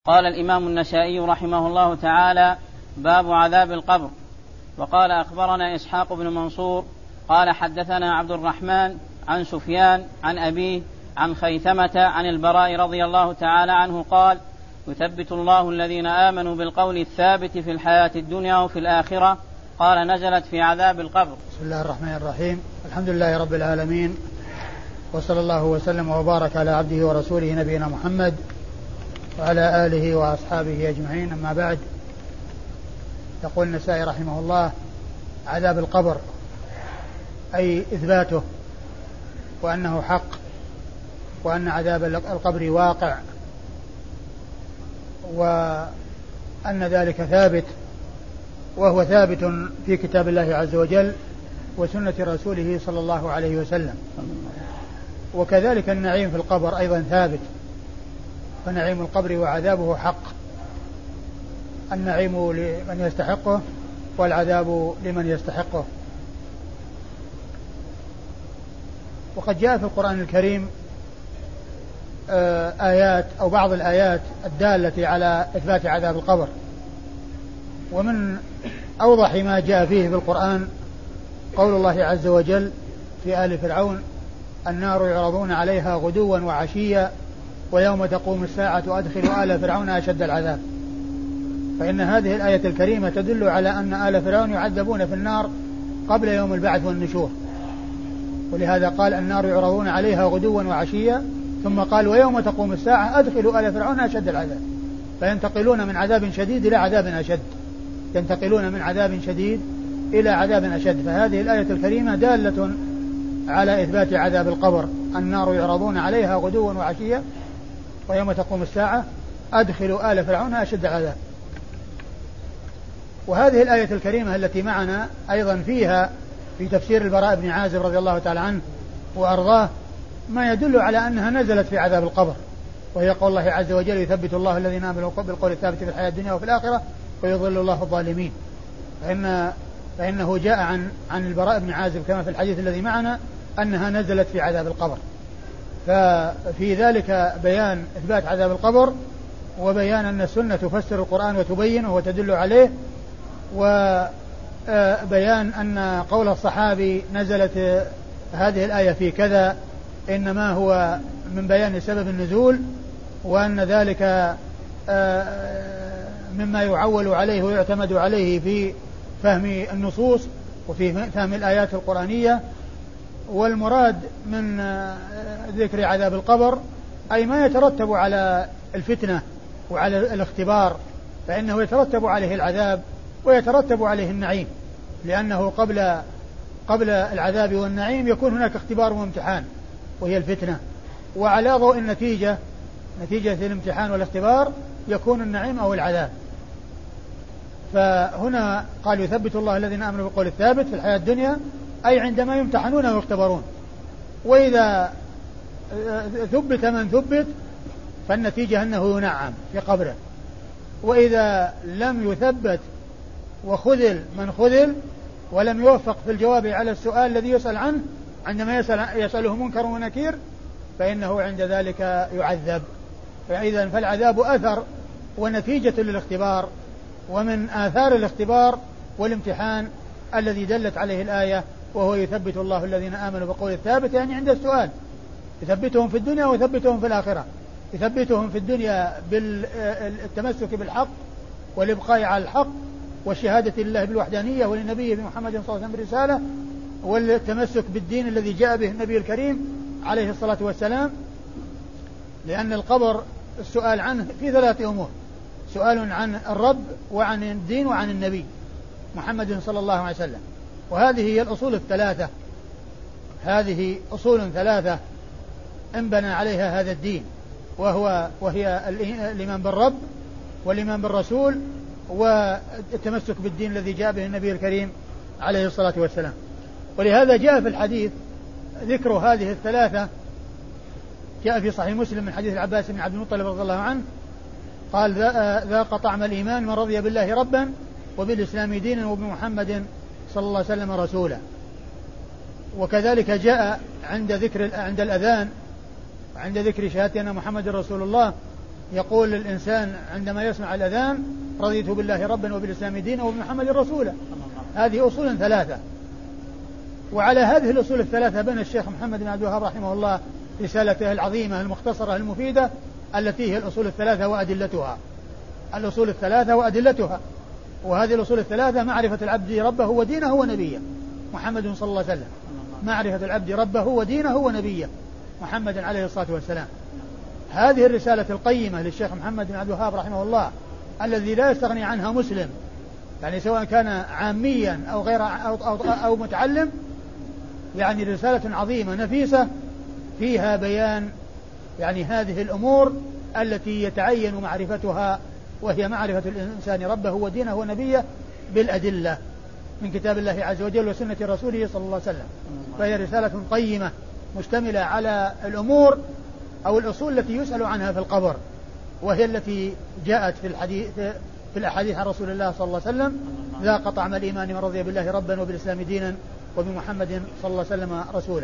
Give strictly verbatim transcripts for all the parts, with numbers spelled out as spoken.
قال الإمام النسائي رحمه الله تعالى: باب عذاب القبر. وقال: أخبرنا إسحاق بن منصور قال: حدثنا عبد الرحمن عن سفيان عن أبيه عن خيثمة عن البراء رضي الله تعالى عنه قال: يثبت الله الذين آمنوا بالقول الثابت في الحياة الدنيا وفي الآخرة. قال: نزلت في عذاب القبر. بسم الله الرحمن الرحيم. الحمد لله رب العالمين، وصلى الله وسلم وبارك على عبده ورسوله نبينا محمد وعلى آله وأصحابه أجمعين. أما بعد، يقول النسائي رحمه الله: عذاب القبر، أي إثباته وأنه حق، وأن عذاب القبر واقع، وأن ذلك ثابت، وهو ثابت في كتاب الله عز وجل وسنة رسوله صلى الله عليه وسلم. وكذلك النعيم في القبر أيضا ثابت، فنعيم القبر وعذابه حق، النعيم لمن يستحقه والعذاب لمن يستحقه. وقد جاء في القرآن الكريم آيات أو بعض الآيات الدالة على إثبات عذاب القبر، ومن أوضح ما جاء فيه في القرآن قول الله عز وجل في آل فرعون: النار يعرضون عليها غدوا وعشيا ويوم تقوم الساعة أدخلوا آل فرعون أشد العذاب. فإن هذه الآية الكريمة تدل على أن آل فرعون يعذبون في النار قبل يوم البعث والنشور، ولهذا قال: النار يعرضون عليها غدوا وعشيا، ثم قال: ويوم تقوم الساعة أدخلوا آل فرعون أشد العذاب. فينتقلون من عذاب شديد إلى عذاب أشد، ينتقلون من عذاب شديد إلى عذاب أشد. فهذه الآية الكريمة دالة على إثبات عذاب القبر: النار يعرضون عليها غدوا وعشيا ويوم تقوم الساعة أدخلوا آل فرعون أشد العذاب. وهذه الآية الكريمة التي معنا أيضا فيها في تفسير البراء بن عازب رضي الله تعالى عنه وأرضاه ما يدل على أنها نزلت في عذاب القبر، وهي قول الله عز وجل: يثبت الله الذين آمنوا بالقول الثابت في الحياة الدنيا وفي الآخرة ويضل الله الظالمين. فإن فإنه جاء عن عن البراء بن عازب كما في الحديث الذي معنا أنها نزلت في عذاب القبر. ففي ذلك بيان إثبات عذاب القبر، وبيان أن السنة تفسر القرآن وتبينه وتدل عليه، وبيان أن قول الصحابي نزلت هذه الآية في كذا إنما هو من بيان سبب النزول، وأن ذلك مما يعول عليه ويعتمد عليه في فهم النصوص وفي فهم الآيات القرآنية. والمراد من ذكر عذاب القبر أي ما يترتب على الفتنة وعلى الاختبار، فإنه يترتب عليه العذاب ويترتب عليه النعيم، لأنه قبل قبل العذاب والنعيم يكون هناك اختبار وامتحان وهي الفتنة، وعلى ضوء النتيجة نتيجة الامتحان والاختبار يكون النعيم أو العذاب. فهنا قال: يثبت الله الذين آمنوا بالقول الثابت في الحياة الدنيا، أي عندما يمتحنون ويختبرون، وإذا ثبت من ثبت فالنتيجة أنه ينعم في قبره، وإذا لم يثبت وخذل من خذل ولم يوفق في الجواب على السؤال الذي يسأل عنه عندما يسأل يسأله منكر ونكير فإنه عند ذلك يعذب. فإذا فالعذاب أثر ونتيجة للاختبار، ومن آثار الاختبار والامتحان الذي دلت عليه الآية، وهو يثبت الله الذين آمنوا بالقول الثابت، يعني عند السؤال يثبتهم في الدنيا ويثبتهم في الآخرة. يثبتهم في الدنيا بالتمسك بالحق والإبقاء على الحق والشهادة لله بالوحدانية ولنبيه محمد صلى الله عليه وسلم بالرسالة، والتمسك بالدين الذي جاء به النبي الكريم عليه الصلاة والسلام. لأن القبر السؤال عنه في ثلاث أمور: سؤال عن الرب وعن الدين وعن النبي محمد صلى الله عليه وسلم. وهذه هي الأصول الثلاثة، هذه أصول ثلاثة انبنى عليها هذا الدين، وهو وهي الإيمان بالرب والإيمان بالرسول والتمسك بالدين الذي جاء به النبي الكريم عليه الصلاة والسلام. ولهذا جاء في الحديث ذكر هذه الثلاثة، جاء في صحيح مسلم من حديث العباس بن عبد المطلب رضي الله عنه قال: ذاق طعم الإيمان من رضي بالله ربا وبالإسلام دينا وبمحمد صلى الله عليه وسلم رسولا. وكذلك جاء عند ذكر عند الأذان وعند ذكر شهادة أن محمد رسول الله يقول الإنسان عندما يسمع الأذان رضيت بالله ربا وبالإسلام دينا وبمحمد رسولا. هذه أصول ثلاثة، وعلى هذه الأصول الثلاثة بنى الشيخ محمد بن عبد الوهاب رحمه الله رسالته العظيمة المختصرة المفيدة التي هي الأصول الثلاثة وأدلتها. الأصول الثلاثة وأدلتها، وهذه الأصول الثلاثة: معرفة العبد ربه ودينه ونبيه محمد صلى الله عليه وسلم، معرفة العبد ربه ودينه ونبيه محمد عليه الصلاة والسلام. هذه الرسالة القيمة للشيخ محمد بن عبد الوهاب رحمه الله الذي لا يستغني عنها مسلم، يعني سواء كان عاميا أو غير أو, أو, أو متعلم، يعني رسالة عظيمة نفيسة فيها بيان يعني هذه الأمور التي يتعين معرفتها، وهي معرفة الإنسان ربه ودينه ونبيه بالأدلة من كتاب الله عز وجل وسنة رسوله صلى الله عليه وسلم. فهي رسالة قيمة مشتملة على الأمور أو الأصول التي يسأل عنها في القبر، وهي التي جاءت في الحديث في الأحاديث عن رسول الله صلى الله عليه وسلم: ذاق طعم الإيمان من رضي بالله ربا وبالإسلام دينا وبمحمد صلى الله عليه وسلم رسولا.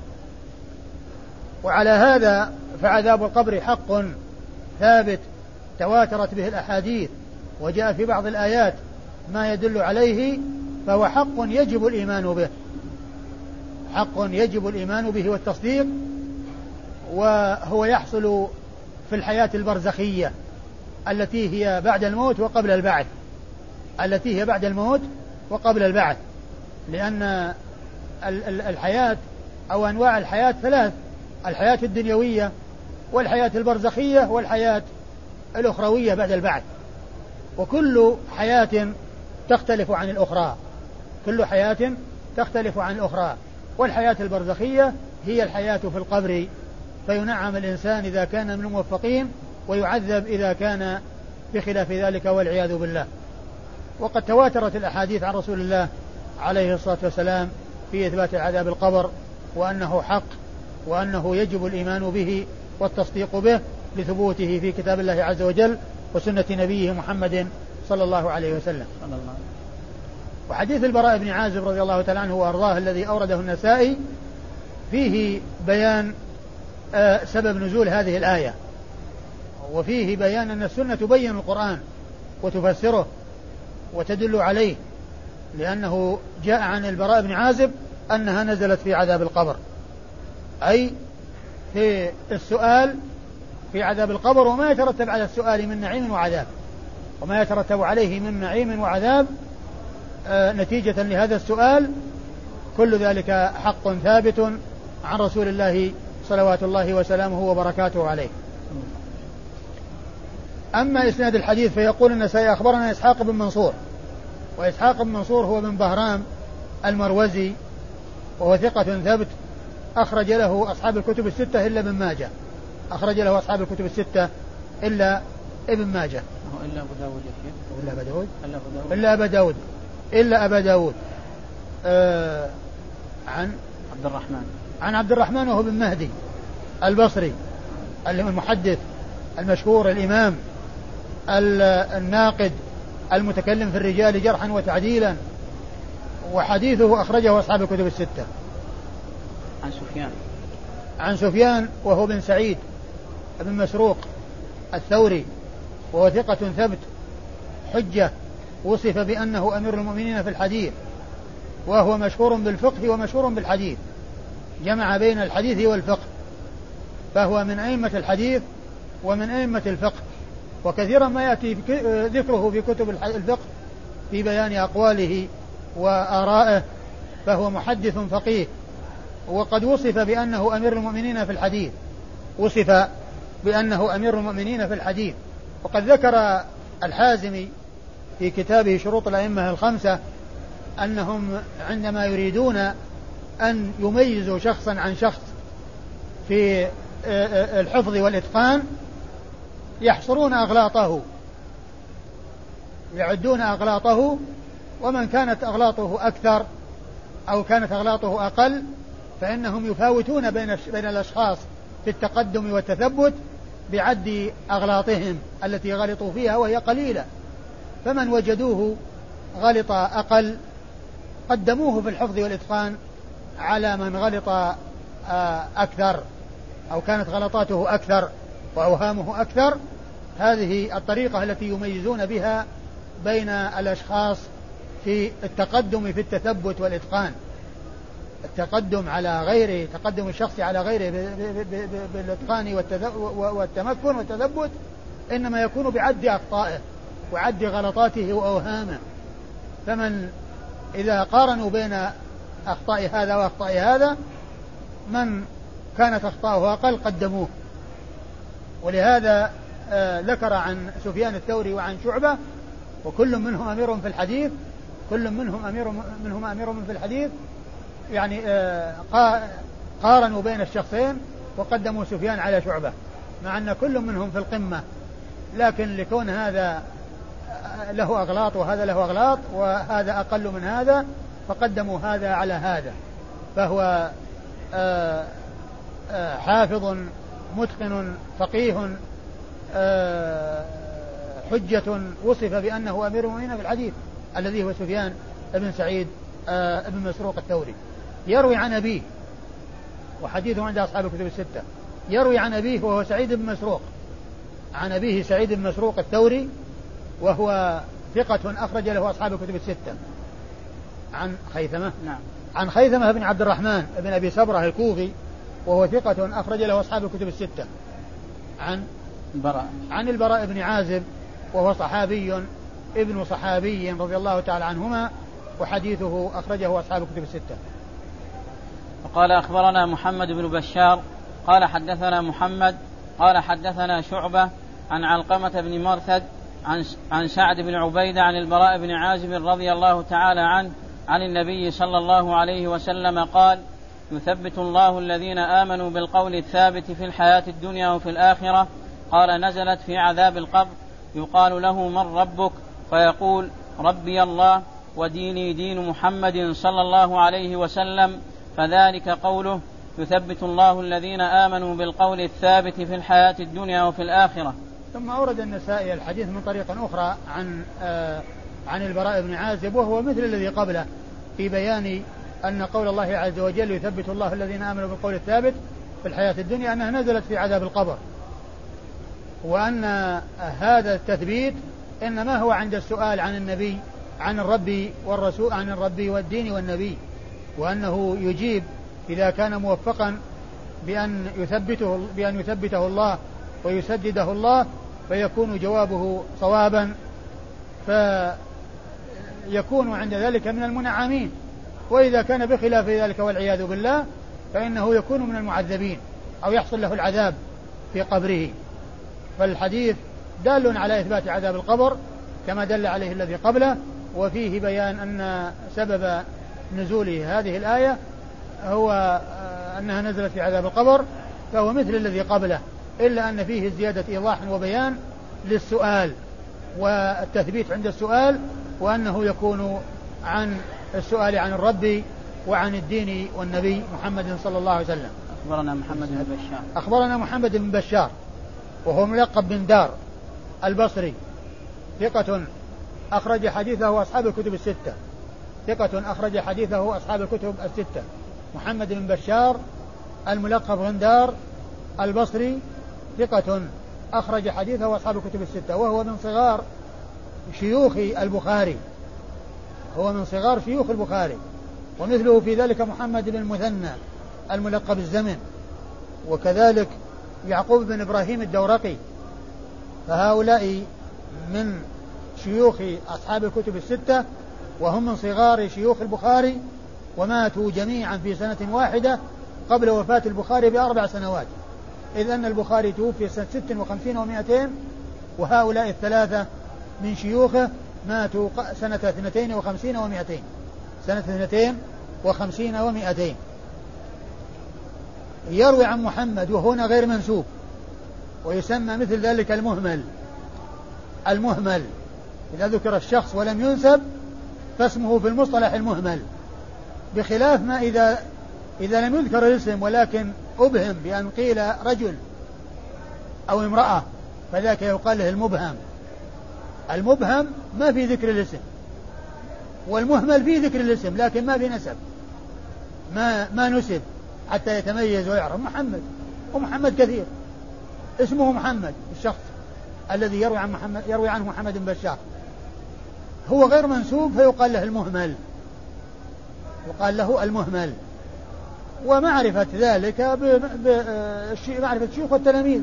وعلى هذا فعذاب القبر حق ثابت تواترت به الأحاديث وجاء في بعض الآيات ما يدل عليه، فهو حق يجب الإيمان به، حق يجب الإيمان به والتصديق. وهو يحصل في الحياة البرزخية التي هي بعد الموت وقبل البعث، التي هي بعد الموت وقبل البعث، لأن الحياة أو أنواع الحياة ثلاث: الحياة الدنيوية والحياة البرزخية والحياة الأخروية بعد البعث. وكل حياة تختلف عن الأخرى، كل حياة تختلف عن الأخرى. والحياة البرزخية هي الحياة في القبر، فينعم الإنسان إذا كان من الموفقين ويعذب إذا كان بخلاف ذلك والعياذ بالله. وقد تواترت الأحاديث عن رسول الله عليه الصلاة والسلام في إثبات عذاب القبر، وأنه حق، وأنه يجب الإيمان به والتصديق به لثبوته في كتاب الله عز وجل وسنة نبيه محمد صلى الله عليه وسلم. وحديث البراء بن عازب رضي الله تعالى عنه وأرضاه الذي أورده النسائي فيه بيان آه سبب نزول هذه الآية، وفيه بيان أن السنة تبين القرآن وتفسره وتدل عليه، لأنه جاء عن البراء بن عازب أنها نزلت في عذاب القبر، أي في السؤال في عذاب القبر وما يترتب على السؤال من نعيم وعذاب، وما يترتب عليه من نعيم وعذاب آه نتيجة لهذا السؤال. كل ذلك حق ثابت عن رسول الله صلوات الله وسلامه وبركاته عليه. أما إسناد الحديث فيقول النسائي: أخبرنا إسحاق بن منصور، وإسحاق بن منصور هو بن بهرام المروزي، وهو ثقة ثبت أخرج له أصحاب الكتب الستة إلا ابن ماجه، أخرج له أصحاب الكتب الستة إلا ابن ماجه، إلا أبو داود إلا أبا داود إلا أبا داود إلا أبا داود آه عن عبد الرحمن عن عبد الرحمن وهو بن مهدي البصري المحدث المشهور الإمام الناقد المتكلم في الرجال جرحا وتعديلا، وحديثه أخرجه أصحاب الكتب الستة. عن سفيان عن سفيان وهو بن سعيد بن مسروق الثوري، وهو ثقة ثبت حجة، وصف بأنه أمير المؤمنين في الحديث، وهو مشهور بالفقه ومشهور بالحديث، جمع بين الحديث والفقه، فهو من أئمة الحديث ومن أئمة الفقه، وكثيرا ما يأتي ذكره في كتب الفقه في بيان أقواله وآرائه، فهو محدث فقيه. وقد وصف بأنه أمير المؤمنين في الحديث، وصف بأنه أمير المؤمنين في الحديث. وقد ذكر الحازمي في كتابه شروط الأئمة الخمسة أنهم عندما يريدون أن يميزوا شخصا عن شخص في الحفظ والإتقان يحصرون أغلاطه، يعدون أغلاطه، ومن كانت أغلاطه أكثر أو كانت أغلاطه أقل فإنهم يفاوتون بين بين الأشخاص في التقدم والتثبت بعد أغلاطهم التي غلطوا فيها وهي قليلة، فمن وجدوه غلط أقل قدموه في الحفظ والإتقان على من غلط أكثر أو كانت غلطاته أكثر وأوهامه أكثر، هذه الطريقة التي يميزون بها بين الأشخاص في التقدم في التثبت والإتقان. التقدم على غيره، تقدم الشخص على غيره بالإتقان والتمكن والتثبت إنما يكون بعد أخطائه وعد غلطاته وأوهامه. فمن إذا قارنوا بين أخطاء هذا وأخطاء هذا من كانت أخطاؤه أقل قدموه. ولهذا آه ذكر عن سفيان الثوري وعن شعبة وكل منهم أمير في الحديث، كل منهم أمير منهم أمير في الحديث، يعني آه قارنوا بين الشخصين وقدموا سفيان على شعبة مع أن كل منهم في القمة، لكن لكون هذا له أغلاط وهذا له أغلاط وهذا أقل من هذا فقدموا هذا على هذا. فهو آه آه حافظ متقن فقيه آه حجة وصف بأنه أمير المؤمنين في الحديث الذي هو سفيان بن سعيد آه بن مسروق الثوري. يروي عن أبيه وحديثه عند أصحاب الكتب الستة. يروي عن أبيه وهو سعيد بن مسروق، عن أبيه سعيد بن مسروق الثوري وهو ثقة أخرج له أصحاب الكتب الستة. عن خيثمة نعم. عن خيثمة بن عبد الرحمن بن أبي صبرة الكوفي وهو ثقة أخرج له أصحاب الكتب الستة. عن براء عن البراء بن عازب وهو صحابي ابن صحابي رضي الله تعالى عنهما وحديثه أخرجه أصحاب الكتب الستة. وقال أخبرنا محمد بن بشار قال حدثنا محمد قال حدثنا شعبة عن علقمة بن مرثد عن عن سعد بن عبيدة عن البراء بن عازب رضي الله تعالى عنه عن النبي صلى الله عليه وسلم قال: يثبت الله الذين آمنوا بالقول الثابت في الحياة الدنيا وفي الآخرة. قال: نزلت في عذاب القبر يقال له: من ربك؟ فيقول: ربي الله وديني دين محمد صلى الله عليه وسلم. فذلك قوله: يثبت الله الذين آمنوا بالقول الثابت في الحياة الدنيا وفي الآخرة. ثم أورد النسائي الحديث من طريق أخرى عن آه عن البراء بن عازب وهو مثل الذي قبله في بيان أن قول الله عز وجل: يثبت الله الذين آمنوا بالقول الثابت في الحياة الدنيا أنها نزلت في عذاب القبر، وأن هذا التثبيت إنما هو عند السؤال عن النبي عن الرب والرسول عن الرب والدين والنبي، وأنه يجيب إذا كان موفقا بأن يثبته بأن يثبته الله ويسدده الله فيكون جوابه صوابا فيكون عند ذلك من المنعمين، وإذا كان بخلاف ذلك والعياذ بالله فإنه يكون من المعذبين أو يحصل له العذاب في قبره. فالحديث دال على إثبات عذاب القبر كما دل عليه الذي قبله، وفيه بيان أن سبب نزول هذه الآية هو أنها نزلت في عذاب القبر، فهو مثل الذي قبله، إلا أن فيه زيادة إيضاح وبيان للسؤال والتثبيت عند السؤال، وأنه يكون عن السؤال عن الرب وعن الدين والنبي محمد صلى الله عليه وسلم. أخبرنا محمد بن بشار أخبرنا محمد بن بشار وهو ملقب بن دار البصري، ثقة أخرج حديثه أصحاب الكتب الستة، ثقة أخرج حديثه أصحاب الكتب الستة. محمد بن بشار الملقب بن دار البصري ثقة أخرج حديثه أصحاب الكتب الستة، وهو من صغار شيوخ البخاري، هو من صغار شيوخ البخاري. ومثله في ذلك محمد بن المثنى الملقب الزمن، وكذلك يعقوب بن إبراهيم الدورقي، فهؤلاء من شيوخ أصحاب الكتب الستة وهم من صغار شيوخ البخاري، وماتوا جميعا في سنة واحدة قبل وفاة البخاري بأربع سنوات، إذ أن البخاري توفي سنة ست وخمسين ومائتين، وهؤلاء الثلاثة من شيوخه ماتوا سنة اثنتين وخمسين ومائتين سنة اثنتين وخمسين ومائتين. يروي عن محمد وهنا غير منسوب، ويسمى مثل ذلك المهمل. المهمل إذا ذكر الشخص ولم ينسب فاسمه في المصطلح المهمل، بخلاف ما إذا إذا لم يذكر الاسم ولكن أبهم بأن قيل رجل أو امرأة فذاك يقال له المبهم. المبهم ما في ذكر الاسم، والمهمل في ذكر الاسم لكن ما في نسب، ما ما نسب حتى يتميز ويعرف. محمد ومحمد كثير، اسمه محمد الشخص الذي يروي عن محمد يروي عنه محمد بن بشار هو غير منسوب فيقال له المهمل، يقال له المهمل. ومعرفة ذلك بمعرفة الشيوخ والتلاميذ.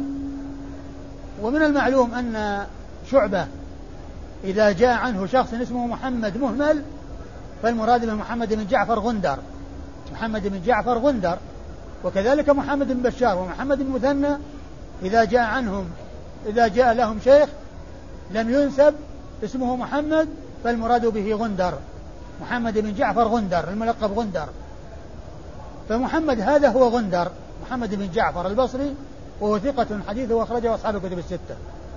ومن المعلوم أن شعبة إذا جاء عنه شخص اسمه محمد مهمل فالمراد به محمد بن جعفر غندر، محمد بن جعفر غندر. وكذلك محمد بن بشار ومحمد بن مثنى إذا جاء عنهم إذا جاء لهم شيخ لم ينسب اسمه محمد فالمراد به غندر، محمد بن جعفر غندر الملقب غندر. فمحمد هذا هو غندر محمد بن جعفر البصري، وهو ثقة حديثه أخرجه أصحاب الكتب الستة.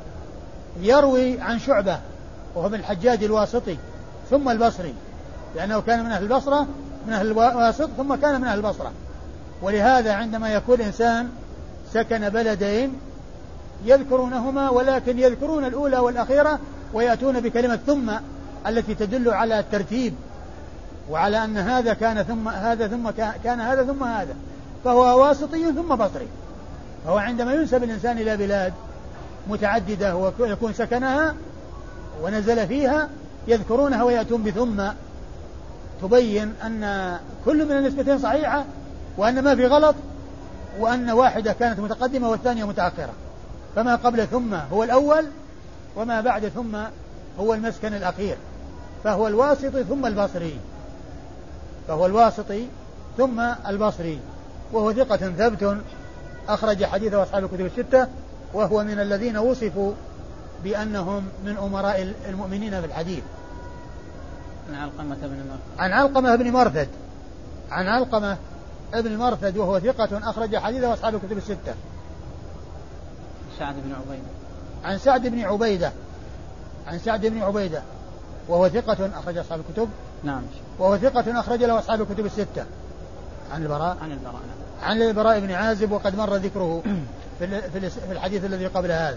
يروي عن شعبة وهو من الحجاج الواسطي ثم البصري، لأنه كان من أهل البصرة من أهل الواسط ثم كان من أهل البصرة. ولهذا عندما يكون إنسان سكن بلدين يذكرونهما ولكن يذكرون الأولى والأخيرة ويأتون بكلمة ثم التي تدل على الترتيب وعلى أن هذا كان ثم هذا ثم كان هذا ثم هذا، فهو واسطي ثم بصري. فهو عندما ينسب الإنسان إلى بلاد متعددة ويكون سكنها ونزل فيها يذكرونها ويأتون بثم تبين أن كل من النسبتين صحيحة وأن ما في غلط وأن واحدة كانت متقدمة والثانية متأخرة. فما قبل ثم هو الأول وما بعد ثم هو المسكن الأخير، فهو الواسطي ثم البصري فهو الواسطي ثم البصري وهو ثقة ثبت أخرج حديثه أصحاب الكتب الستة، وهو من الذين وصفوا بأنهم من أمراء المؤمنين في الحديث. عن علقمة بن مرثد عن علقمة بن مرثد عن علقمة ابن مرثد وهو ثقة أخرج حديثه أصحاب الكتب الستة. سعد بن عبيدة عن سعد بن عبيدة عن سعد بن عبيدة وهو ثقة أخرج أصحاب الكتب نعم وهو ثقة أخرج له أصحاب الكتب الستة. عن البراء عن البراء عن البراء بن عازب وقد مر ذكره في في الحديث الذي قبل هذا.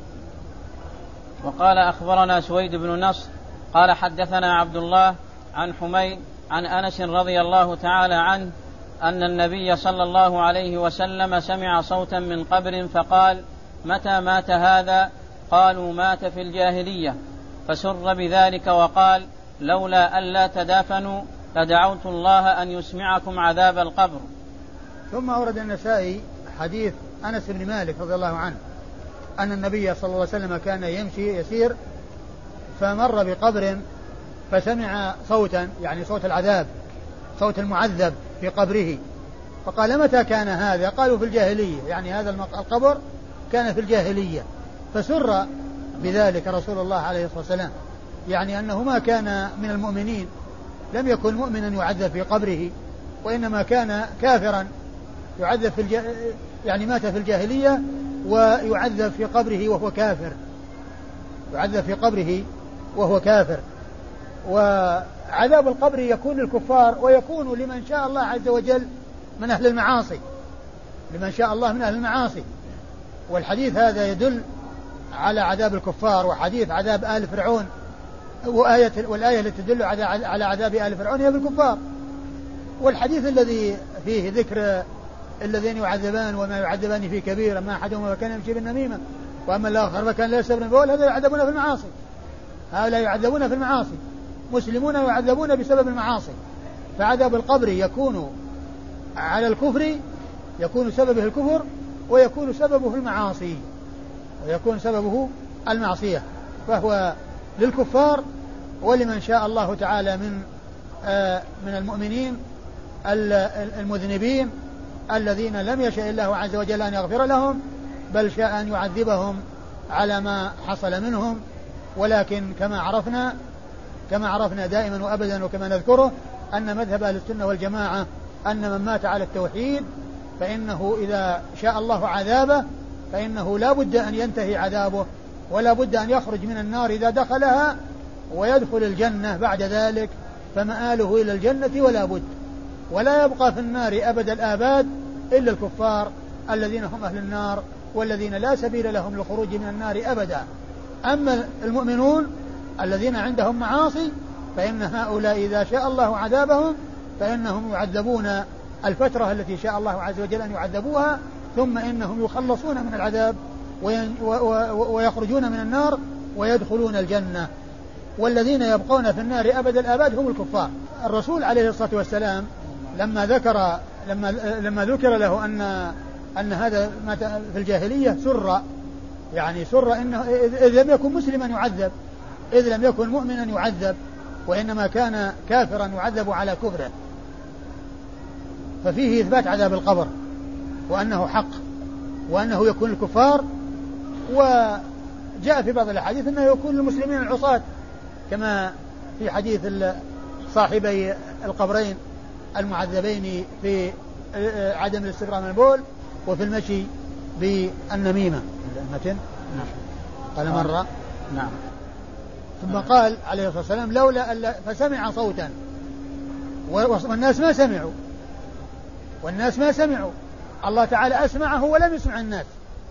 وقال أخبرنا سويد بن نصر قال حدثنا عبد الله عن حميد عن أنس رضي الله تعالى عنه أن النبي صلى الله عليه وسلم سمع صوتا من قبر فقال متى مات هذا؟ قالوا مات في الجاهلية، فسر بذلك وقال لولا ألا تدافنوا لدعوت الله أن يسمعكم عذاب القبر. ثم أورد النسائي حديث أنس بن مالك رضي الله عنه أن النبي صلى الله عليه وسلم كان يمشي يسير فمر بقبر فسمع صوتا يعني صوت العذاب صوت المعذب في قبره، فقال متى كان هذا؟ قالوا في الجاهلية، يعني هذا القبر كان في الجاهلية. فسر بذلك رسول الله عليه الصلاة والسلام، يعني أنه ما كان من المؤمنين، لم يكن مؤمنا يعذب في قبره وإنما كان كافرا يعذب في الج... يعني مات في الجاهلية ويعذب في قبره وهو كافر يعذب في قبره وهو كافر. وعذاب القبر يكون للكفار ويكون لمن شاء الله عز وجل من أهل المعاصي لمن شاء الله من أهل المعاصي. والحديث هذا يدل على عذاب الكفار، وحديث عذاب آل فرعون وآية والآية التي تدل على عذاب آل فرعون هي بالكفار. والحديث الذي فيه ذكر الذين يعذبان وما يعذبان في كبير أما أحدهما فكان يمشي بالنميمة وأما الآخر فكان لا يستبر بول، هذا يعذبون في المعاصي هؤلاء يعذبون في المعاصي، مسلمون يعذبون بسبب المعاصي. فعذاب القبر يكون على الكفر يكون سببه الكفر ويكون سببه المعاصي ويكون سببه المعصية، فهو للكفار ولمن شاء الله تعالى من آه من المؤمنين المذنبين الذين لم يشاء الله عز وجل أن يغفر لهم بل شاء أن يعذبهم على ما حصل منهم. ولكن كما عرفنا كما عرفنا دائما وأبدا وكما نذكره أن مذهب أهل السنة والجماعة أن من مات على التوحيد فإنه إذا شاء الله عذابه فإنه لا بد أن ينتهي عذابه ولا بد أن يخرج من النار إذا دخلها ويدخل الجنة بعد ذلك، فمآله إلى الجنة ولا بد، ولا يبقى في النار أبد الآباد إلا الكفار الذين هم أهل النار والذين لا سبيل لهم للخروج من النار أبدا. أما المؤمنون الذين عندهم معاصي فإن هؤلاء إذا شاء الله عذابهم فإنهم يعذبون الفترة التي شاء الله عز وجل أن يعذبوها ثم إنهم يخلصون من العذاب ويخرجون من النار ويدخلون الجنة، والذين يبقون في النار أبد الآباد هم الكفار. الرسول عليه الصلاة والسلام لما ذكر لما لما ذكر له أن أن هذا في الجاهلية سر، يعني سر إنه إذ لم يكن مسلما يعذب، إذ لم يكن مؤمنا يعذب، وإنما كان كافرا يعذب على كفره، ففيه إثبات عذاب القبر وأنه حق وأنه يكون الكفار. وجاء في بعض الأحاديث أنه يكون المسلمين العصاة، كما في حديث صاحبي القبرين المعذبين في عدم الاستقرار من البول وفي المشي بالنميمة. قال مرة نعم. ثم قال عليه الصلاة والسلام لولا ألا فسمع صوتا والناس ما سمعوا والناس ما سمعوا الله تعالى أسمعه ولم يسمع الناس،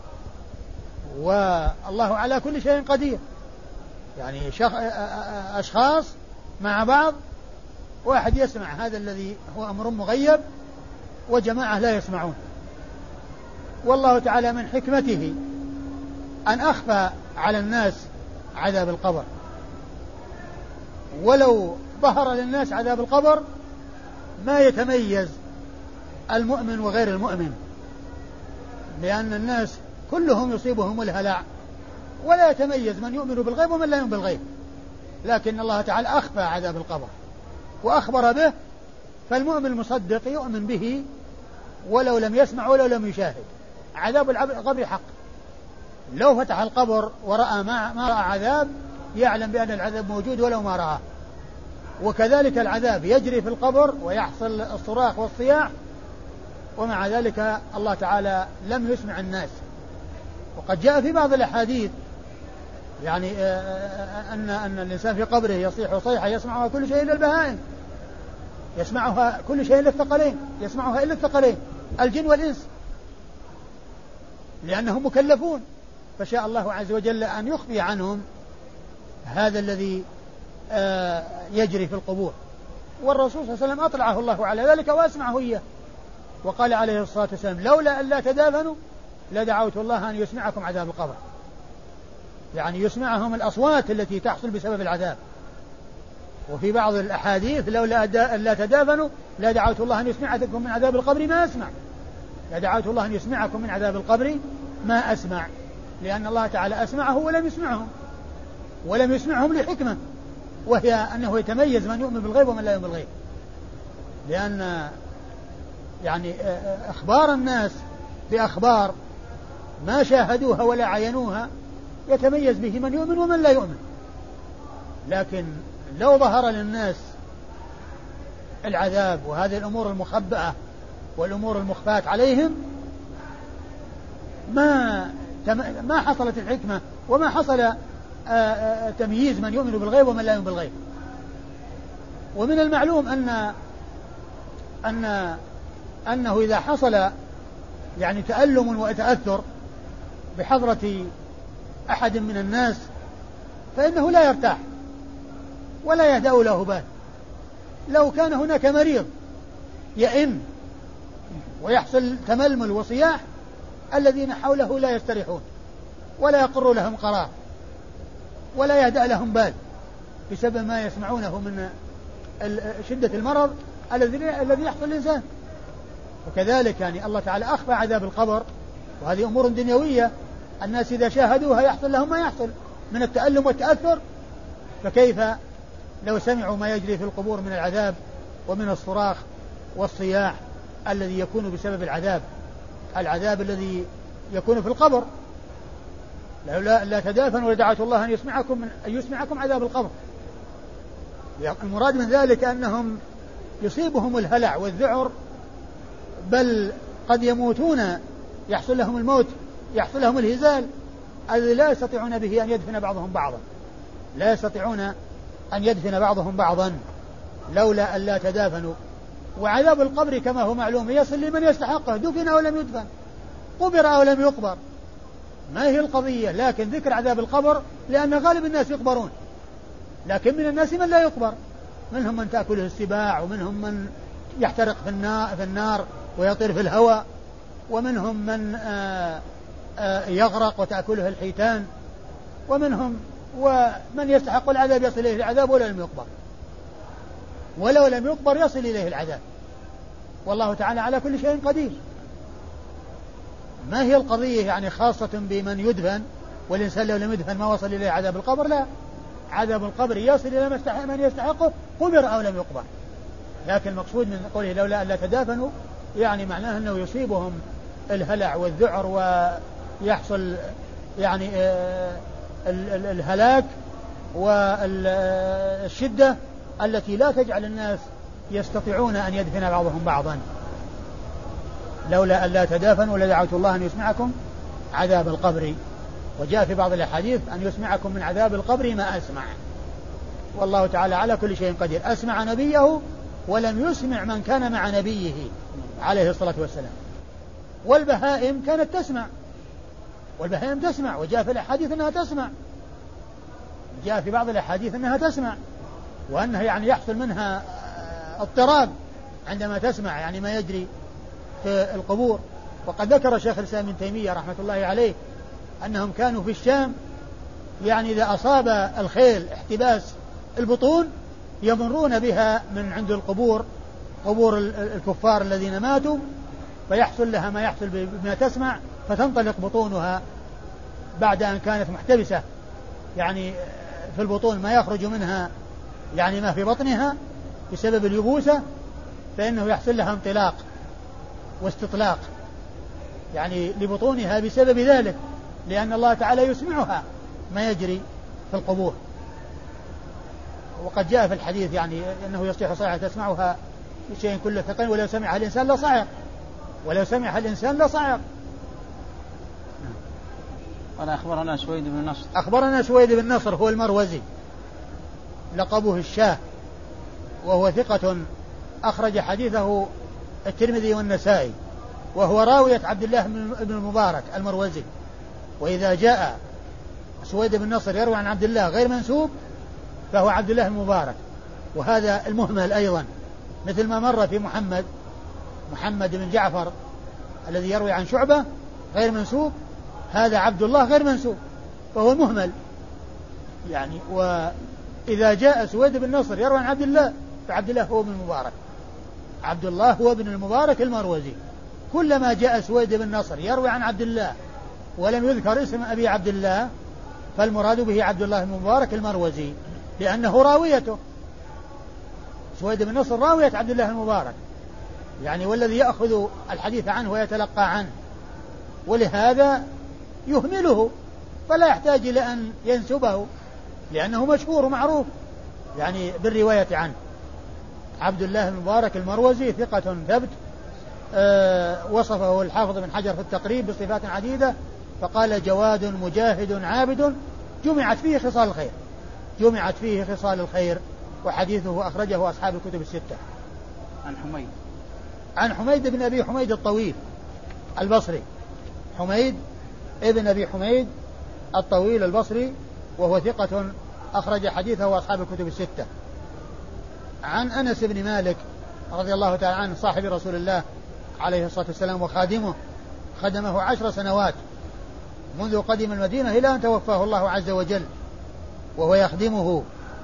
والله على كل شيء قدير. يعني شخ... أشخاص مع بعض، واحد يسمع هذا الذي هو أمر مغيب وجماعة لا يسمعون، والله تعالى من حكمته أن أخفى على الناس عذاب القبر، ولو ظهر للناس عذاب القبر ما يتميز المؤمن وغير المؤمن، لأن الناس كلهم يصيبهم الهلع ولا يتميز من يؤمن بالغيب ومن لا يؤمن بالغيب، لكن الله تعالى أخفى عذاب القبر وأخبر به، فالمؤمن المصدق يؤمن به ولو لم يسمع ولو لم يشاهد. عذاب القبر حق، لو فتح القبر ورأى ما, ما رأى عذاب يعلم بأن العذاب موجود ولو ما رأى، وكذلك العذاب يجري في القبر ويحصل الصراخ والصياح، ومع ذلك الله تعالى لم يسمع الناس. وقد جاء في بعض الأحاديث يعني أن أن الإنسان في قبره يصيح صيحة يسمعها كل شيء إلا البهائم، يسمعها كل شيء إلا الثقلين، يسمعها إلا الثقلين الجن والإنس، لأنهم مكلفون، فشاء الله عز وجل أن يخفي عنهم هذا الذي يجري في القبور. والرسول صلى الله عليه وسلم أطلعه الله على ذلك وأسمعه إياه، وقال عليه الصلاة والسلام لولا أن لا تدافنوا لدعوت الله أن يسمعكم عذاب القبر، يعني يسمعهم الأصوات التي تحصل بسبب العذاب. وفي بعض الأحاديث لولا أن لا تدافنوا لدعوت الله أن يسمعكم من عذاب القبر ما أسمع، لدعوت الله أن يسمعكم من عذاب القبر ما أسمع، لأن الله تعالى أسمعه ولم يسمعهم، ولم يسمعهم لحكمة، وهي أنه يتميز من يؤمن بالغيب ومن لا يؤمن بالغيب، لأن يعني أخبار الناس بأخبار ما شاهدوها ولا عينوها يتميز به من يؤمن ومن لا يؤمن. لكن لو ظهر للناس العذاب وهذه الأمور المخبأة والأمور المخفاة عليهم ما ما حصلت الحكمة وما حصل تمييز من يؤمن بالغيب ومن لا يؤمن بالغيب. ومن المعلوم أن أن أنه إذا حصل يعني تألم وتأثر بحضرة أحد من الناس فإنه لا يرتاح ولا يهدأ له بال. لو كان هناك مريض يئن ويحصل تململ وصياح الذين حوله لا يستريحون ولا يقر لهم قرار ولا يهدأ لهم بال بسبب ما يسمعونه من شدة المرض الذي يحصل للإنسان. وكذلك يعني الله تعالى أخفى عذاب القبر، وهذه أمور دنيوية الناس إذا شاهدوها يحصل لهم ما يحصل من التألم والتأثر، فكيف لو سمعوا ما يجري في القبور من العذاب ومن الصراخ والصياح الذي يكون بسبب العذاب العذاب الذي يكون في القبر. لا, لا تدافنوا ولدعوت الله أن يسمعكم, من أن يسمعكم عذاب القبر. المراد من ذلك أنهم يصيبهم الهلع والذعر، بل قد يموتون، يحصل لهم الموت، يحصل لهم الهزال الذي لا يستطيعون به أن يدفن بعضهم بعضا، لا يستطيعون أن يدفن بعضهم بعضا لولا أن لا تدافنوا. وعذاب القبر كما هو معلوم يصل لمن يستحقه، دفن أو لم يدفن، قبر أو لم يقبر، ما هي القضية. لكن ذكر عذاب القبر لأن غالب الناس يقبرون، لكن من الناس من لا يقبر، منهم من تأكله السباع، ومنهم من يحترق في النار, في النار ويطير في الهواء، ومنهم من آآ يغرق وتأكله الحيتان، ومنهم ومن يستحق العذاب يصل إليه العذاب ولو لم يقبر، ولو لم يقبر يصل إليه العذاب، والله تعالى على كل شيء قدير. ما هي القضية يعني خاصة بمن يدفن، والإنسان لو لم يدفن ما وصل إليه عذاب القبر؟ لا، عذاب القبر يصل إلى من يستحقه قبر أو لم يقبر. لكن المقصود من قوله لولا ألا تدافنوا يعني معناه أنه يصيبهم الهلع والذعر ويحصل يعني الهلاك والشدة التي لا تجعل الناس يستطيعون أن يدفن بعضهم بعضا. لولا ألا تدافنوا لدعوت الله أن يسمعكم عذاب القبر. وجاء في بعض الأحاديث أن يسمعكم من عذاب القبر ما أسمع، والله تعالى على كل شيء قدير. أسمع نبيه ولم يسمع من كان مع نبيه عليه الصلاة والسلام. والبهائم كانت تسمع، والبهائم تسمع، وجاء في الأحاديث أنها تسمع، جاء في بعض الأحاديث أنها تسمع، وأنها يعني يحصل منها اضطراب عندما تسمع يعني ما يجري في القبور. وقد ذكر شيخ الإسلام ابن تيمية رحمة الله عليه أنهم كانوا في الشام يعني إذا أصاب الخيل احتباس البطون يمرون بها من عند القبور، قبور الكفار الذين ماتوا، فيحصل لها ما يحصل بما تسمع، فتنطلق بطونها بعد أن كانت محتبسة يعني في البطون ما يخرج منها يعني ما في بطنها بسبب اليبوسة، فإنه يحصل لها انطلاق واستطلاق يعني لبطونها بسبب ذلك، لأن الله تعالى يسمعها ما يجري في القبور. وقد جاء في الحديث يعني أنه يصيح صيحة تسمعها شيء كله ثقيل ولو سمعها الإنسان لصعق، ولو سمعها الإنسان لصعق. قال أخبرنا سويد بن نصر. أخبرنا سويد بن نصر هو المروزي لقبه الشاه، وهو ثقة أخرج حديثه الترمذي والنسائي، وهو راوية عبد الله بن المبارك المروزي. وإذا جاء سويد بن نصر يروي عن عبد الله غير منسوب فهو عبد الله المبارك، وهذا المهمل أيضا، مثل ما مر في محمد محمد بن جعفر الذي يروي عن شعبة غير منسوب، هذا عبد الله غير منسوب فهو مهمل يعني. وإذا جاء سويد بن نصر يروي عن عبد الله فعبد الله هو بن المبارك، عبد الله هو بن المبارك المروزي. كلما جاء سويد بن نصر يروي عن عبد الله ولم يذكر اسم أبي عبد الله فالمراد به عبد الله بن المبارك المروزي، لأنه راويته. سويد بن نصر راوية عبد الله المبارك يعني، والذي يأخذ الحديث عنه ويتلقى عنه، ولهذا يهمله فلا يحتاج إلى أن ينسبه لأنه مشهور ومعروف يعني بالرواية عنه. عبد الله المبارك المروزي ثقة ثبت، أه وصفه الحافظ بن حجر في التقريب بصفات عديدة، فقال جواد مجاهد عابد جمعت فيه خصال الخير، جمعت فيه خصال الخير. وحديثه أخرجه أصحاب الكتب الستة. عن حميد عن حميد بن أبي حميد الطويل البصري، حميد ابن أبي حميد الطويل البصري، وهو ثقة أخرج حديثه أصحاب الكتب الستة. عن أنس بن مالك رضي الله تعالى عنه صاحب رسول الله عليه الصلاة والسلام وخادمه، خدمه عشر سنوات منذ قدم المدينة إلى أن توفاه الله عز وجل وهو يخدمه،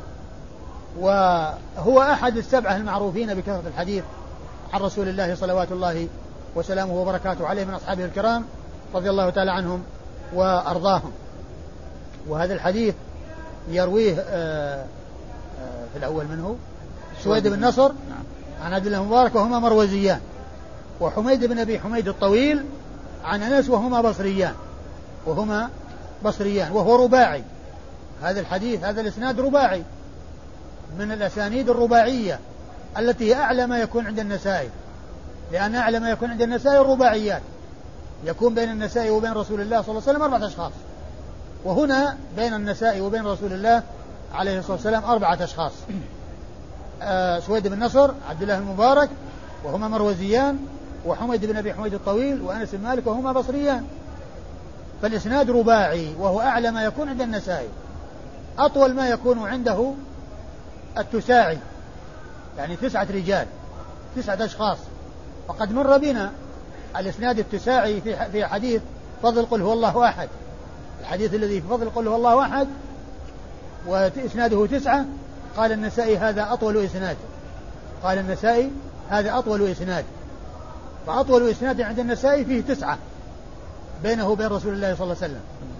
وهو أحد السبعة المعروفين بكثرة الحديث عن رسول الله صلوات الله وسلامه وبركاته عليه من أصحابه الكرام رضي الله تعالى عنهم وأرضاهم. وهذا الحديث يرويه في الأول منه سويد بن نصر عن عبد الله المبارك وهما مروزيان، وحميد بن أبي حميد الطويل عن أنس وهما بصريان وهما بصريان وهو رباعي. هذا الحديث هذا الإسناد رباعي من الأسانيد الرباعية التي هي أعلى ما يكون عند النسائي، لأن أعلى ما يكون عند النسائي الرباعيات، يكون بين النسائي وبين رسول الله صلى الله عليه وسلم أربعة أشخاص، وهنا بين النسائي وبين رسول الله عليه الصلاة والسلام أربعة أشخاص. آه سويد بن نصر، عبد الله المبارك وهما مروزيان، وحميد بن أبي حميد الطويل، وأنس بن مالك وهما بصريان. فالإسناد رباعي وهو أعلى ما يكون عند النسائي. أطول ما يكون عنده التساعي، يعني تسعة رجال، تسعة أشخاص. وقد مر بنا الإسناد التساعي في في حديث فضل قل هو الله أحد، الحديث الذي في فضل قل هو الله أحد وإسناده تسعة، قال النسائي هذا أطول إسناد، قال النسائي هذا أطول إسناد، فأطول إسناد عند النسائي فيه تسعة بينه وبين رسول الله صلى الله عليه وسلم،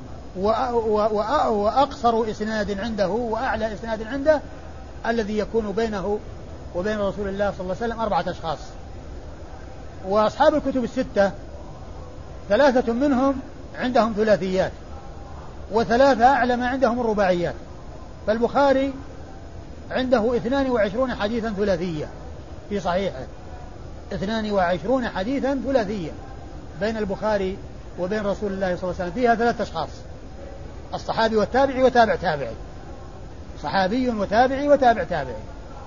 وأقصر إسناد عنده وأعلى إسناد عنده الذي يكون بينه وبين رسول الله صلى الله عليه وسلم أربعة أشخاص. وأصحاب الكتب الستة ثلاثة منهم عندهم ثلاثيات، وثلاثة أعلى ما عندهم الرباعيات. فالبخاري عنده اثنان وعشرون حديثا ثلاثية في صحيحه، اثنان وعشرون حديثا ثلاثية بين البخاري وبين رسول الله صلى الله عليه وسلم، فيها ثلاثة أشخاص: الصحابي والتابعي وتابع تابعي، صحابي وتابعي وتابع تابعي.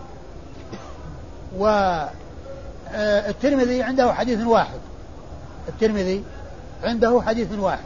والترمذي عنده حديث واحد، الترمذي عنده حديث واحد.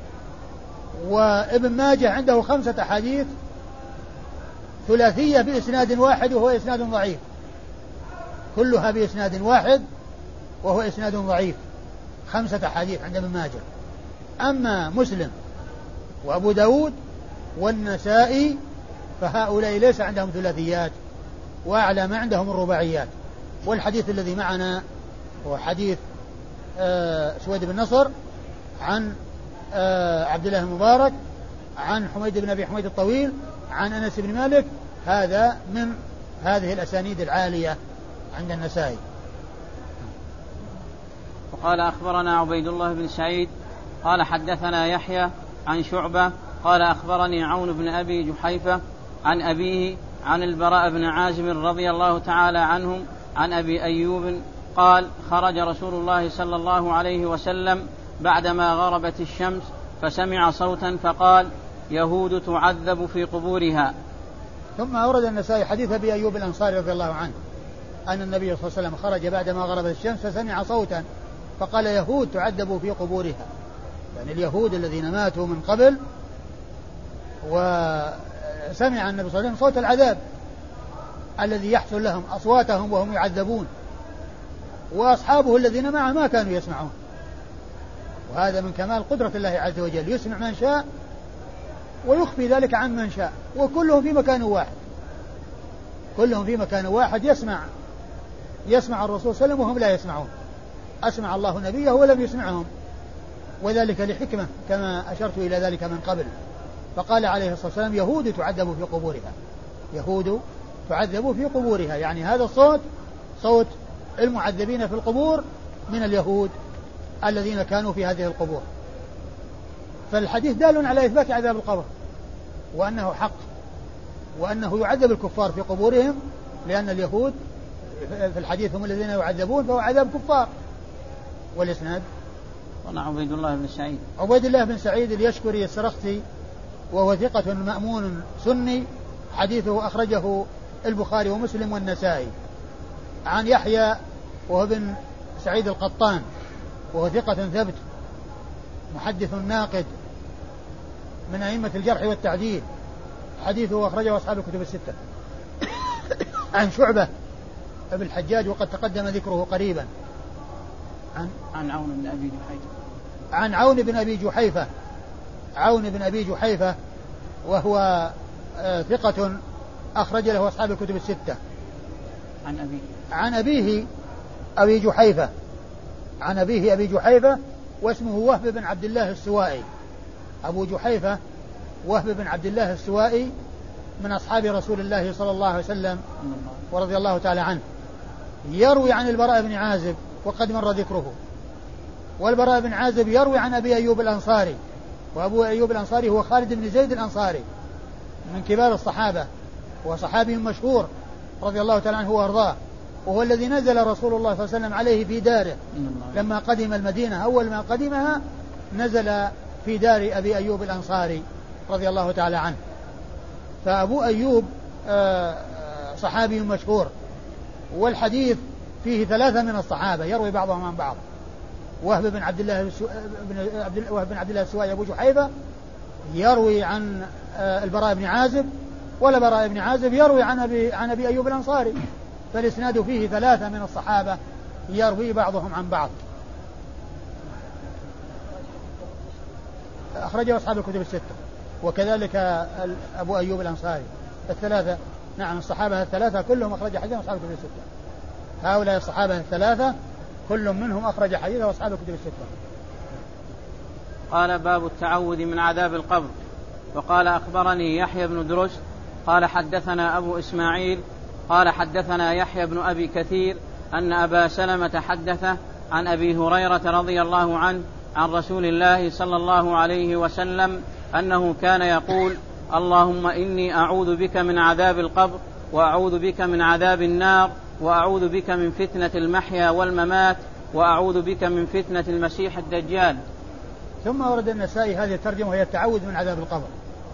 وابن ماجه عنده خمسة أحاديث ثلاثية بإسناد واحد وهو إسناد ضعيف، كلها بإسناد واحد وهو إسناد ضعيف، خمسة أحاديث عند ابن ماجه. أما مسلم وأبو داود والنسائي فهؤلاء ليس عندهم ثلاثيات، وأعلى ما عندهم الرباعيات. والحديث الذي معنا هو حديث آه سويد بن نصر عن آه عبد الله المبارك عن حميد بن أبي حميد الطويل عن أنس بن مالك، هذا من هذه الأسانيد العالية عند النسائي. وقال أخبرنا عبيد الله بن سعيد قال حدثنا يحيى عن شعبة قال أخبرني عون بن أبي جحيفة عن أبيه عن البراء بن عازب رضي الله تعالى عنهم عن أبي أيوب قال خرج رسول الله صلى الله عليه وسلم بعدما غربت الشمس فسمع صوتا فقال يهود تعذب في قبورها. ثم أورد النسائي حديث أبي أيوب الأنصاري رضي الله عنه أن النبي صلى الله عليه وسلم خرج بعدما غربت الشمس فسمع صوتا فقال يهود تعذب في قبورها، يعني اليهود الذين ماتوا من قبل، وسمع النبي صلى الله عليه وسلم صوت العذاب الذي يحصل لهم، أصواتهم وهم يعذبون، وأصحابه الذين معه ما كانوا يسمعون. وهذا من كمال قدرة الله عز وجل، يسمع من شاء ويخفي ذلك عن من شاء، وكلهم في مكان واحد، كلهم في مكان واحد يسمع يسمع الرسول صلى الله عليه وسلم وهم لا يسمعون. أسمع الله نبيه ولم يسمعهم، وذلك لحكمة كما أشرت إلى ذلك من قبل. فقال عليه الصلاة والسلام يهود تعذب في قبورها، يهود تعذب في قبورها، يعني هذا الصوت صوت المعذبين في القبور من اليهود الذين كانوا في هذه القبور. فالحديث دال على إثبات عذاب القبر وأنه حق، وأنه يعذب الكفار في قبورهم، لأن اليهود في الحديث هم الذين يعذبون، فهو عذاب كفار. والإسناد قال عبيد الله بن سعيد عبيد الله بن سعيد اليشكري السرختي وهو ثقة مأمون سني، حديثه أخرجه البخاري ومسلم والنسائي. عن يحيى وهو بن سعيد القطان وهو ثقة ثبت محدث ناقد من أئمة الجرح والتعديل، حديثه أخرجه أصحاب الكتب الستة. عن شعبة ابن الحجاج وقد تقدم ذكره قريبا. عن عن عون بن أبي جحيفة عن عون بن أبي جحيفة عون بن أبي جحيفة وهو آه ثقة أخرج له أصحاب الكتب الستة. عن أبيه عن أبيه أبي جحيفة عن أبيه أبي جحيفة واسمه وهب بن عبد الله السوائي. أبو جحيفة وهب بن عبد الله السوائي من أصحاب رسول الله صلى الله عليه وسلم ورضي الله تعالى عنه، يروي عن البراء بن عازب وقد مر ذكره. والبراء بن عازب يروي عن أبي أيوب الأنصاري، وأبو أيوب الأنصاري هو خالد بن زيد الأنصاري من كبار الصحابة وصحابي مشهور رضي الله تعالى عنه وأرضاه، وهو الذي نزل رسول الله صلى الله عليه وسلم عليه في داره لما قدم المدينة. أول ما قدمها نزل في دار أبي أيوب الأنصاري رضي الله تعالى عنه. فأبو أيوب صحابي مشهور، والحديث فيه ثلاثة من الصحابة يروي بعضهم عن بعض. وهب بن عبد الله وهب بن عبد الله السوائي أبو جحيفة يروي عن البراء بن عازب، والبراء بن عازب يروي عن أبي عن أبي أيوب الأنصاري، فالإسناد فيه ثلاثة من الصحابة يروي بعضهم عن بعض. أخرجه أصحاب الكتب الستة، وكذلك أبو أيوب الأنصاري. الثلاثة نعم الصحابة الثلاثة كلهم أخرج حديث أصحاب الكتب الستة. هؤلاء الصحابة الثلاثة كل منهم أخرج حديث أصحاب الكتب الستة. قال باب التعوذ من عذاب القبر. وقال أخبرني يحيى بن درش قال حدثنا أبو إسماعيل قال حدثنا يحيى بن أبي كثير أن أبا سلمة حدثه عن أبي هريرة رضي الله عنه عن رسول الله صلى الله عليه وسلم أنه كان يقول: اللهم إني أعوذ بك من عذاب القبر، وأعوذ بك من عذاب النار، وأعوذ بك من فتنة المحيا والممات، وأعوذ بك من فتنة المسيح الدجال. ثم ورد النسائي هذه الترجمة وهي التعوذ من عذاب القبر،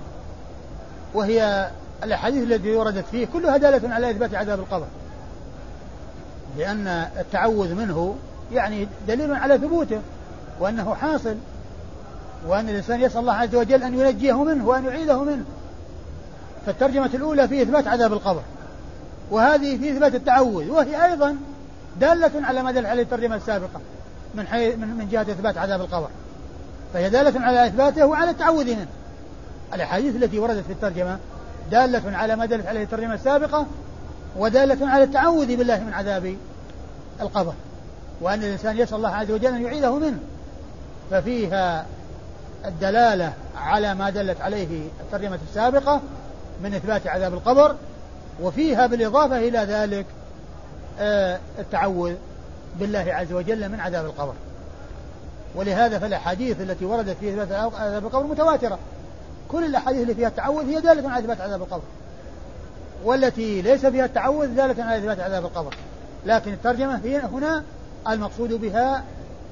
وهي الأحاديث التي وردت فيه كلها دالة على إثبات عذاب القبر، لأن التعوذ منه يعني دليل على ثبوته وأنه حاصل، وأن الإنسان يسأل الله عز وجل أن ينجيه منه وأن يعيده منه. فالترجمة الأولى في إثبات عذاب القبر، وهذه في إثبات التعوذ، وهي أيضا دالة على ما دل عليه الترجمة السابقة من, حي... من... من جهة إثبات عذاب القبر، فهي دالة على إثباته وعلى التعوذ منه. الأحاديث التي وردت في الترجمة دالة على ما دلت عليه الترجمة السابقة، ودالة على التعوذ بالله من عذاب القبر، وأن الإنسان يسأل الله عز وجل أن يعيده منه. ففيها الدلالة على ما دلت عليه الترجمة السابقة من إثبات عذاب القبر، وفيها بالإضافة إلى ذلك التعوذ بالله عز وجل من عذاب القبر. ولهذا فالأحاديث التي وردت في إثبات عذاب القبر متواترة، كل الأحاديث اللي فيها التعوذ هي دالة على إثبات عذاب القبر، والتي ليس فيها التعوذ دالة على إثبات عذاب القبر. لكن الترجمة هنا المقصود بها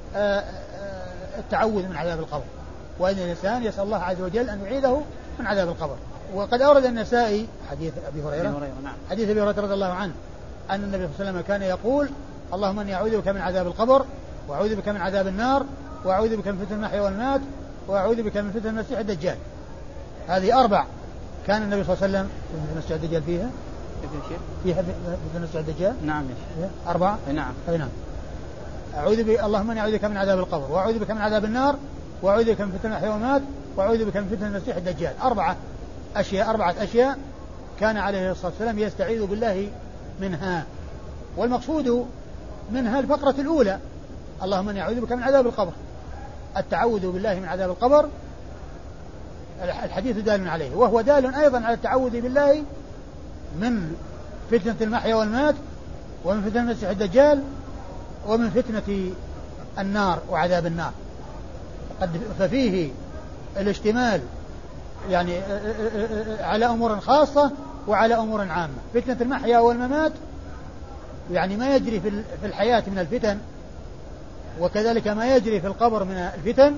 التعوذ من عذاب القبر، وأن الإنسان يسأل الله عز وجل أن يعيده من عذاب القبر. وقد أورد النسائي حديث أبي هريرة نعم. حديث أبي هريرة رضي الله عنه أن النبي صلى الله عليه وسلم كان يقول: اللهم إني أعوذ بك من عذاب القبر، وأعوذ بك من عذاب النار، وأعوذ بك من فتنة المحيا والممات، وأعوذ بك من فتنة المسيح الدجال. هذه أربع كان النبي صلى الله عليه وسلم فتنة المسيح الدجال فيها فيها فتنة المسيح الدجال نعم أربعة نعم أي نعم. أعوذ بك اللهم إني أعوذ بك من عذاب القبر، وأعوذ بك من عذاب النار، وأعوذ بك من فتنة المحيا والممات، وأعوذ بك من فتنة المسيح الدجال. أربعة أشياء أربعة أشياء كان عليه الصلاة والسلام يستعيذ بالله منها. والمقصود منها الفقرة الأولى: اللهم إني أعوذ بك من عذاب القبر. التعوذ بالله من عذاب القبر الحديث دال عليه، وهو دال أيضا على التعوذ بالله من فتنة المحيا والممات، ومن فتنة المسيح الدجال، ومن فتنة النار وعذاب النار. ففيه الاشتمال يعني على أمور خاصة وعلى أمور عامة. فتنة المحيا والممات يعني ما يجري في الحياة من الفتن، وكذلك ما يجري في القبر من الفتن،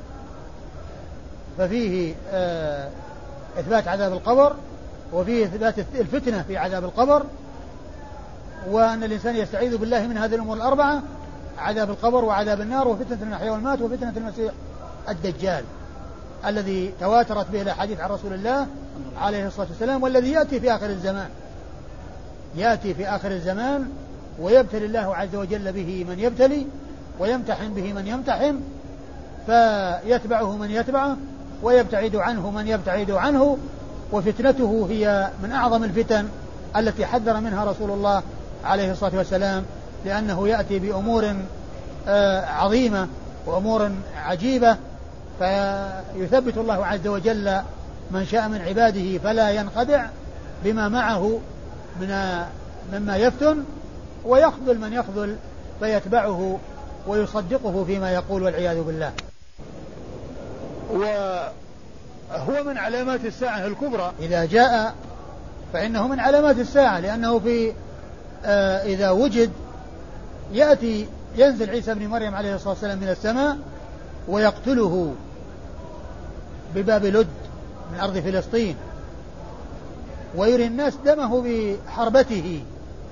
ففيه إثبات عذاب القبر، وفيه إثبات الفتنة في عذاب القبر، وأن الإنسان يستعيذ بالله من هذه الأمور الأربعة: عذاب القبر وعذاب النار وفتنة المحيا والممات وفتنة المسيح الدجال، الذي تواترت به الأحاديث عن رسول الله عليه الصلاة والسلام، والذي يأتي في آخر الزمان يأتي في آخر الزمان ويبتلي الله عز وجل به من يبتلي، ويمتحن به من يمتحن، فيتبعه من يتبعه، ويبتعد عنه من يبتعد عنه. وفتنته هي من أعظم الفتن التي حذر منها رسول الله عليه الصلاة والسلام، لأنه يأتي بأمور عظيمة وأمور عجيبة، فيثبت الله عز وجل من شاء من عباده فلا ينخدع بما معه من مما يفتن، ويخذل من يخذل فيتبعه ويصدقه فيما يقول والعياذ بالله. وهو من علامات الساعة الكبرى إذا جاء، فإنه من علامات الساعة، لأنه في آه إذا وجد يأتي ينزل عيسى بن مريم عليه الصلاة والسلام من السماء ويقتله بباب لد من أرض فلسطين، ويري الناس دمه بحربته،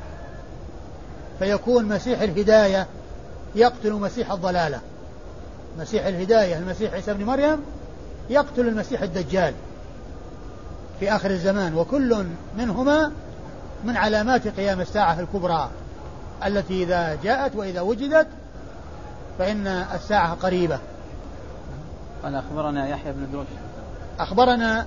فيكون مسيح الهداية يقتل مسيح الضلالة. مسيح الهداية المسيح عيسى بن مريم يقتل المسيح الدجال في آخر الزمان، وكل منهما من علامات قيام الساعة الكبرى التي إذا جاءت وإذا وجدت فإن الساعة قريبة. قال أخبرنا يحيى بن درست. أخبرنا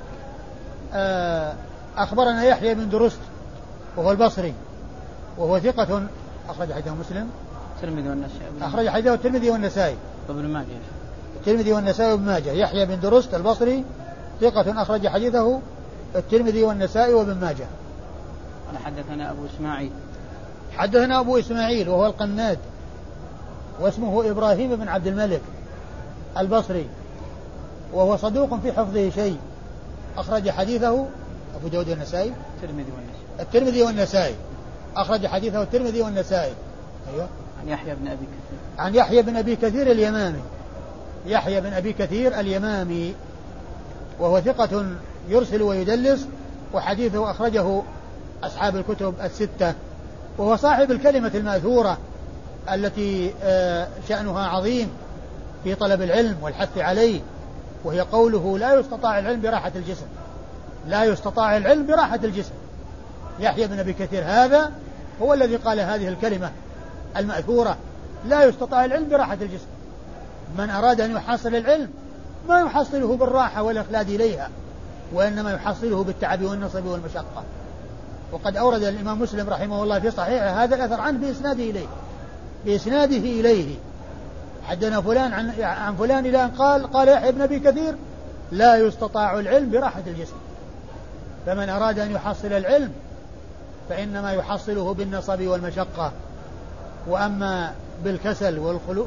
أخبرنا يحيى بن درست وهو البصري وهو ثقة أخرج حديثه مسلم الترمذي والنسائي. أخرج حديثه الترمذي والنسائي وابن ماجه. الترمذي والنسائي وابن ماجه. يحيى بن درست البصري ثقة أخرج حديثه الترمذي والنسائي وابن ماجه. قال حدثنا أبو إسماعيل. حدثنا أبو إسماعيل وهو القناد واسمه إبراهيم بن عبد الملك البصري وهو صدوق في حفظه شيء. أخرج حديثه أبو داود والنسائي. الترمذي والنسائي. الترمذي والنسائي أخرج حديثه الترمذي والنسائي. أيوة. عن يحيى بن أبي كثير. عن يحيى بن أبي كثير اليمامي. يحيى بن أبي كثير اليمامي وهو ثقة يرسل ويدلس وحديثه أخرجه أصحاب الكتب الستة وهو صاحب الكلمة المأثورة التي شأنها عظيم في طلب العلم والحث عليه وهي قوله لا يستطاع العلم براحة الجسم. لا يستطاع العلم براحة الجسم. يحيى بن أبي كثير هذا هو الذي قال هذه الكلمة المأثورة لا يستطاع العلم براحة الجسم. من أراد أن يحصل العلم ما يحصله بالراحة والإخلاد إليها وإنما يحصله بالتعب والنصب والمشقة. وقد أورد الإمام مسلم رحمه الله في صحيحه هذا الأثر عنه بإسناده إليه بإسناده إليه حدثنا فلان عن, عن فلان إلى أن قال قال يحيى بن أبي كثير لا يستطاع العلم براحة الجسم. فمن أراد أن يحصل العلم فإنما يحصله بالنصب والمشقة وأما بالكسل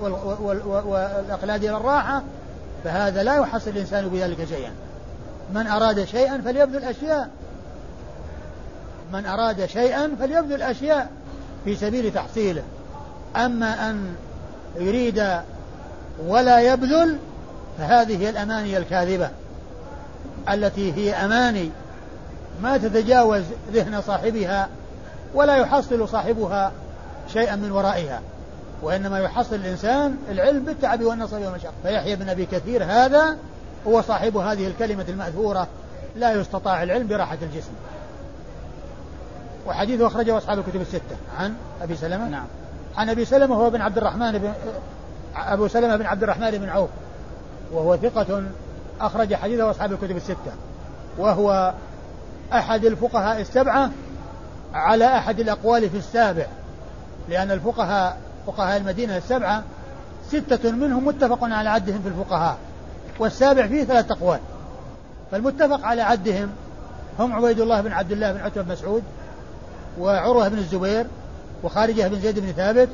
والإقلاد إلى الراحة فهذا لا يحصل الإنسان بذلك شيئا. من أراد شيئا فليبذل أشياء من أراد شيئا فليبذل أشياء في سبيل تحصيله. أما أن يريد ولا يبذل فهذه هي الأماني الكاذبة التي هي أماني ما تتجاوز ذهن صاحبها ولا يحصل صاحبها شيئا من ورائها وإنما يحصل الإنسان العلم بالتعب والنصب والمشقة. فيحيى بن أبي كثير هذا هو صاحب هذه الكلمة المأثورة لا يستطاع العلم براحة الجسم. وحديثه أخرجه أصحاب الكتب الستة. عن أبي سلمة. نعم. عن أبي سلمة هو بن عبد الرحمن بن أبو سلمة بن عبد الرحمن بن عوف وهو ثقة أخرج حديثه أصحاب الكتب الستة وهو أحد الفقهاء السبعة على أحد الأقوال في السابع لأن الفقهاء فقهاء المدينة السبعة ستة منهم متفق على عدهم في الفقهاء والسابع فيه ثلاث أقوال. فالمتفق على عدهم هم عبيد الله بن عبد الله بن عتبة بن مسعود وعروة بن الزبير وخارجة بن زيد بن ثابت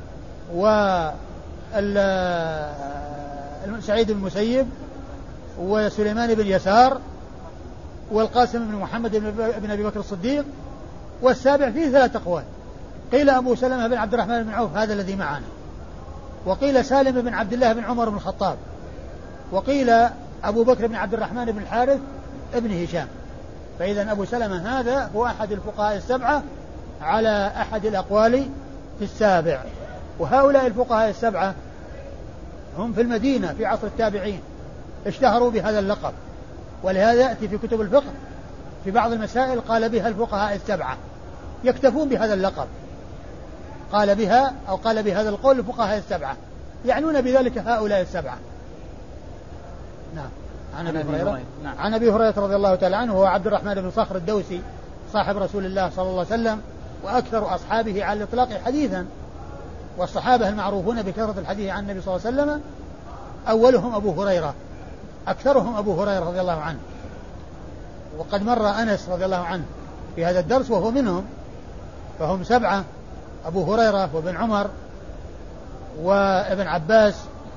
وسعيد بن المسيب وسليمان بن يسار والقاسم بن محمد بن أبي بكر الصديق. والسابع فيه ثلاث أقوال. قيل أبو سلمة بن عبد الرحمن بن عوف هذا الذي معنا وقيل سالم بن عبد الله بن عمر بن الخطاب وقيل أبو بكر بن عبد الرحمن بن الحارث ابن هشام. فإذا أبو سلمة هذا هو أحد الفقهاء السبعة على أحد الأقوال في السابع. وهؤلاء الفقهاء السبعة هم في المدينة في عصر التابعين اشتهروا بهذا اللقب ولهذا يأتي في كتب الفقه في بعض المسائل قال بها الفقهاء السبعة يكتفون بهذا اللقب قال بها أو قال بهذا القول الفقهاء السبعة يعنون بذلك هؤلاء السبعة. نعم. عن أبي هريرة. نعم. عن أبي هريرة رضي الله تعالى عنه هو عبد الرحمن بن صخر الدوسي صاحب رسول الله صلى الله عليه وسلم وأكثر أصحابه على الإطلاق حديثا والصحابة المعروفون بكثرة الحديث عن النبي صلى الله عليه وسلم أولهم أبو هريرة أكثرهم أبو هريرة رضي الله عنه. وقد مر أنس رضي الله عنه في هذا الدرس وهو منهم فهم سبعة أبو هريرة وابن عمر وابن عباس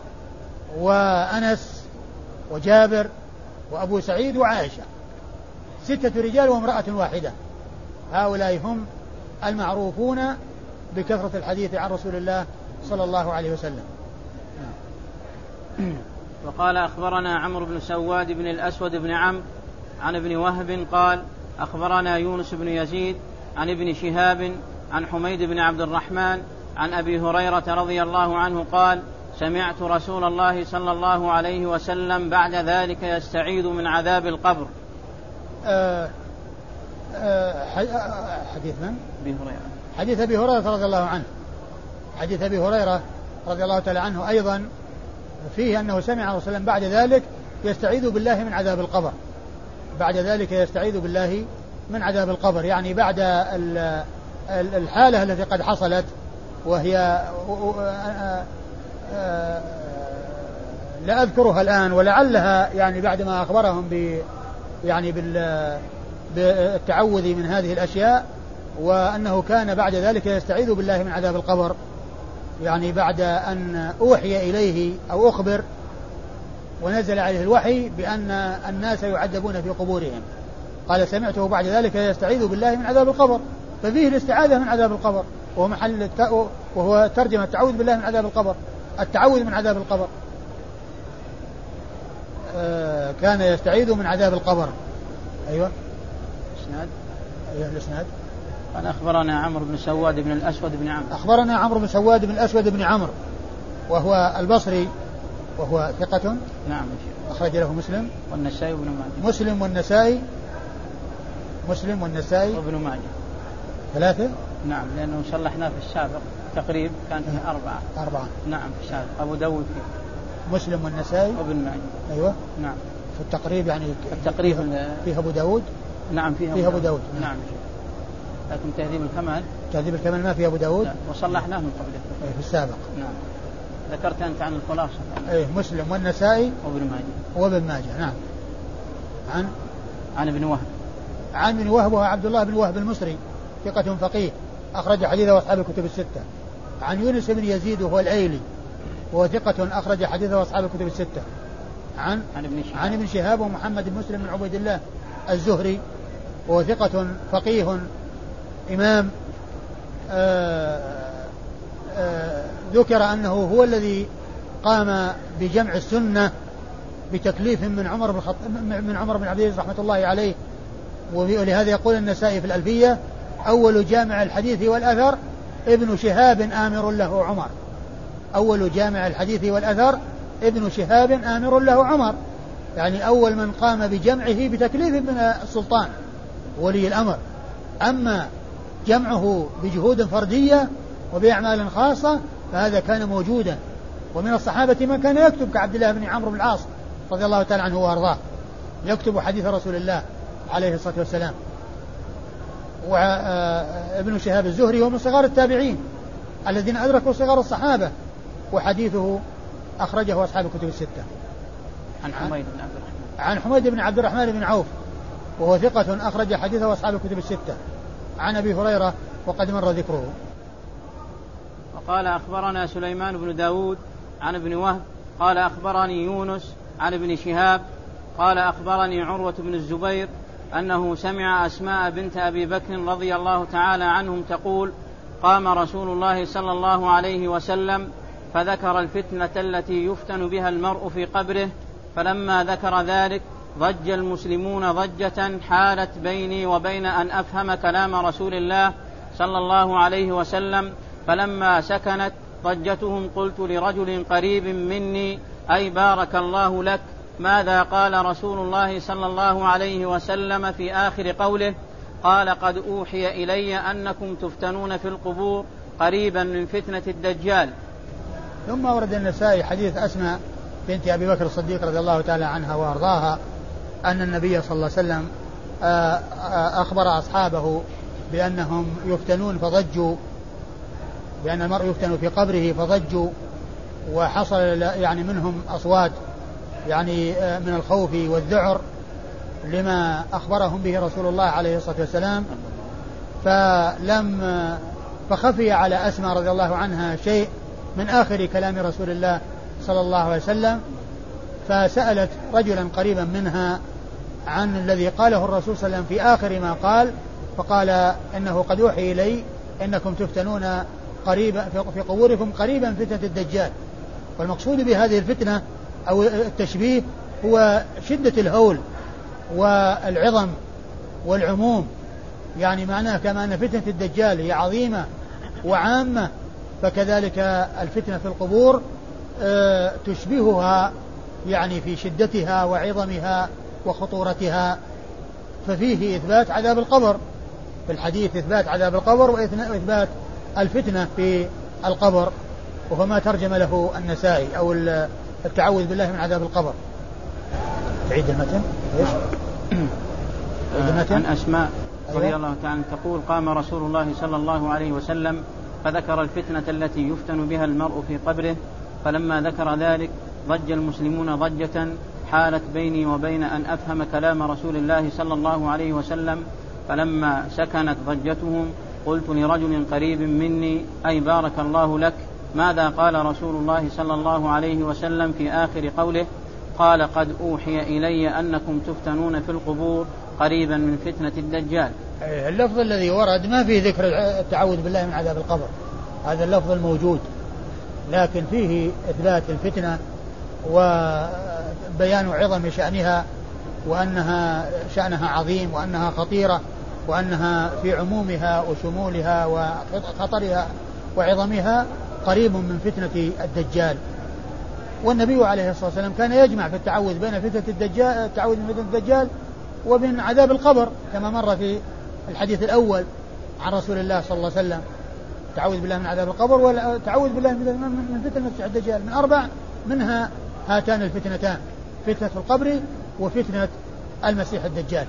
وأنس وجابر وأبو سعيد وعائشة ستة رجال وامرأة واحدة. هؤلاء هم المعروفون بكثرة الحديث عن رسول الله صلى الله عليه وسلم. وقال أخبرنا عمرو بن سواد بن الأسود بن عمرو عن ابن وهب قال أخبرنا يونس بن يزيد عن ابن شهاب عن حميد بن عبد الرحمن عن أبي هريرة رضي الله عنه قال سمعت رسول الله صلى الله عليه وسلم بعد ذلك يستعيذ من عذاب القبر. أه أه حديث من؟ أبي هريرة. حديث أبي هريرة رضي الله عنه. حديث أبي هريرة رضي الله تعالى عنه أيضا فيه أنه سمع الرسول صلى الله عليه وسلم بعد ذلك يستعيذ بالله من عذاب القبر، بعد ذلك يستعيذ بالله من عذاب القبر، يعني بعد الحالة التي قد حصلت، وهي لا أذكرها الآن، ولعلها يعني بعد ما أخبرهم ب يعني بالتعوذ من هذه الأشياء، وأنه كان بعد ذلك يستعيذ بالله من عذاب القبر، يعني بعد أن أوحي إليه أو أخبر ونزل عليه الوحي بأن الناس يعذبون في قبورهم، قال سمعته بعد ذلك يستعيذ بالله من عذاب القبر، ففيه الاستعاذة من عذاب القبر، وهو محل الت... وهو ترجمة التعوذ بالله من عذاب القبر، التعوذ من عذاب القبر. آه كان يستعيذ من عذاب القبر. أيوة الإسناد. أيوة الإسناد. قال أخبرنا عمرو بن سواد بن الأسود بن عمرو. أخبرنا عمرو بن سواد بن الأسود بن عمرو وهو البصري وهو ثقة. نعم. أخرج له مسلم والنسائي وابن ماجه. مسلم والنسائي مسلم والنسائي وابن ماجه ثلاثة. نعم لأنه صلحنا في السابق تقريب كان فيه أربعة. أربعة. نعم في السابق أبو داود فيه. مسلم والنسائي وابن ماجه. أيوة. نعم. في التقريب يعني التقريب فيها أبو داود. نعم فيها, فيها أبو داود. نعم. نعم. لكن تهذيب الكمال. تهذيب الكمال ما فيها أبو داود. وصلحناه من قبل. في السابق. نعم. ذكرت أنت عن الخلاصة. أيه مسلم والنسائي وابن ماجه. وابن ماجه. نعم. عن عن ابن وهب. عن ابن وهب وهو عبد الله بن وهب المصري ثقة فقيه أخرج حديثه أصحاب الكتب الستة. عن يونس بن يزيد وهو الأيلي وهو ثقة أخرج حديثه أصحاب الكتب الستة. عن عن ابن شهاب. عن ابن شهاب ومحمد بن مسلم بن عبيد الله الزهري وهو ثقة فقيه إمام. آآ آآ ذكر أنه هو الذي قام بجمع السنة بتكليف من عمر بن الخط... من عمر بن عبد العزيز رحمة الله عليه، ولهذا يقول النسائي في الألفية أول جامع الحديث والأثر ابن شهاب آمر له عمر. أول جامع الحديث والأثر ابن شهاب آمر له عمر، يعني أول من قام بجمعه بتكليف من السلطان ولي الأمر. أما جمعه بجهود فردية وبأعمال خاصة فهذا كان موجودا، ومن الصحابة من كان يكتب كعبد الله بن عمرو بن العاص رضي الله تعالى عنه وأرضاه، يكتب حديث رسول الله عليه الصلاة والسلام. وابن شهاب الزهري هو من صغار التابعين الذين أدركوا صغار الصحابة، وحديثه أخرجه أصحاب الكتب الستة. عن حميد بن عبد الرحمن. عن حميد بن عبد الرحمن بن عوف وهو ثقة أخرج حديثه أصحاب الكتب الستة. عن أبي هريرة وقد مر ذكره. وقال أخبرنا سليمان بن داود عن ابن وهب قال أخبرني يونس عن ابن شهاب قال أخبرني عروة بن الزبير أنه سمع أسماء بنت أبي بكر رضي الله تعالى عنهم تقول قام رسول الله صلى الله عليه وسلم فذكر الفتنة التي يفتن بها المرء في قبره، فلما ذكر ذلك ضج المسلمون ضجة حالت بيني وبين أن أفهم كلام رسول الله صلى الله عليه وسلم، فلما سكنت ضجتهم قلت لرجل قريب مني أي بارك الله لك، ماذا قال رسول الله صلى الله عليه وسلم في آخر قوله؟ قال قد أوحي إلي أنكم تفتنون في القبور قريبا من فتنة الدجال. ثم ورد النسائي حديث أسماء بنت أبي بكر الصديق رضي الله تعالى عنها وأرضاها أن النبي صلى الله عليه وسلم أخبر أصحابه بأنهم يفتنون فضجوا، بأن المرء يفتن في قبره فضجوا، وحصل يعني منهم أصوات يعني من الخوف والذعر لما أخبرهم به رسول الله عليه الصلاة والسلام، فلم فخفي على أسماء رضي الله عنها شيء من آخر كلام رسول الله صلى الله عليه وسلم، فسألت رجلا قريبا منها عن الذي قاله الرسول صلى الله عليه وسلم في آخر ما قال، فقال إنه قد أوحي إلي إنكم تفتنون قريبا في قبوركم قريبا فتنة الدجال. والمقصود بهذه الفتنة أو التشبيه هو شدة الهول والعظم والعموم، يعني معناه كما أن فتنة الدجال هي عظيمة وعامة، فكذلك الفتنة في القبور تشبهها يعني في شدتها وعظمها وخطورتها. ففيه إثبات عذاب القبر في الحديث، إثبات عذاب القبر وإثبات الفتنة في القبر، وهو ما ترجم له النسائي أو التعوذ بالله من عذاب القبر. تعيد المتن ايش؟ عن أسماء رضي الله تعالى تقول قام رسول الله صلى الله عليه وسلم فذكر الفتنة التي يفتن بها المرء في قبره، فلما ذكر ذلك ضج المسلمون ضجة حالت بيني وبين أن أفهم كلام رسول الله صلى الله عليه وسلم، فلما سكنت ضجتهم قلت لرجل قريب مني أي بارك الله لك، ماذا قال رسول الله صلى الله عليه وسلم في آخر قوله؟ قال قد أوحي إلي أنكم تفتنون في القبور قريبا من فتنة الدجال. اللفظ الذي ورد ما فيه ذكر التعوذ بالله من عذاب القبر، هذا اللفظ الموجود، لكن فيه إثبات الفتنة وبيان عظم شأنها وأنها شأنها عظيم وأنها خطيرة وأنها في عمومها وشمولها وخطرها وعظمها قريب من فتنة الدجال. والنبي عليه الصلاة والسلام كان يجمع في التعوذ بين فتنة الدجال التعوذ من فتنة الدجال وبين عذاب القبر كما مر في الحديث الأول عن رسول الله صلى الله عليه وسلم، التعوذ بالله من عذاب القبر والتعوذ بالله من فتنة الدجال، من أربع منها هاتان الفتنتان، فتنة القبر وفتنة المسيح الدجال.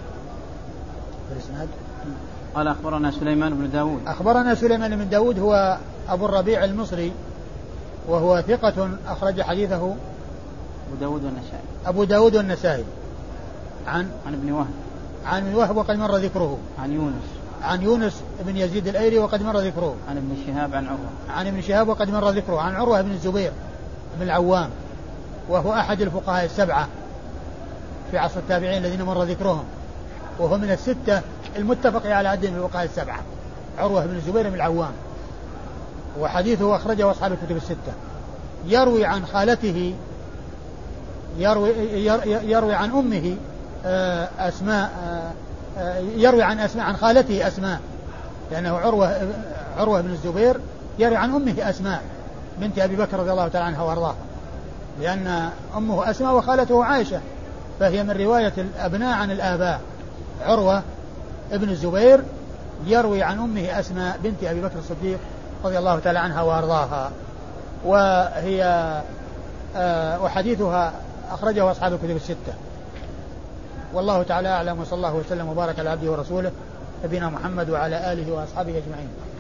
قال أخبرنا سليمان بن داود. أخبرنا سليمان بن داود هو أبو الربيع المصري وهو ثقة أخرج حديثه أبو داود والنسائي. أبو داود والنسائي. عن عن ابن وهب. عن ابن وهب وقد مر ذكره. عن يونس. عن يونس بن يزيد الأيلي وقد مر ذكره. عن ابن شهاب عن عروة. عن ابن شهاب وقد مر ذكره. عن عروة بن الزبير بن العوام وهو أحد الفقهاء السبعة في عصر التابعين الذين مر ذكرهم، وهو من الستة المتفق على عدهم الفقهاء السبعة، عروة بن الزبير بن العوام، وحديثه أخرجه أصحاب الكتب الستة. يروي عن خالته يروي, يروي عن أمه أسماء يروي عن أسماء عن خالته أسماء، لأنه عروة عروة بن الزبير يروي عن أمه أسماء بنت أبي بكر رضي الله تعالى عنها وأرضاها، لأن أمه أسماء وخالته عائشة، فهي من رواية الأبناء عن الآباء. عروة ابن الزبير يروي عن أمه أسماء بنت أبي بكر الصديق رضي الله تعالى عنها وأرضاها، وهي آه وحديثها أخرجه أصحاب الكتب الستة. والله تعالى أعلم، وصلى الله وسلم وبارك على عبده ورسوله نبينا محمد وعلى آله وأصحابه أجمعين.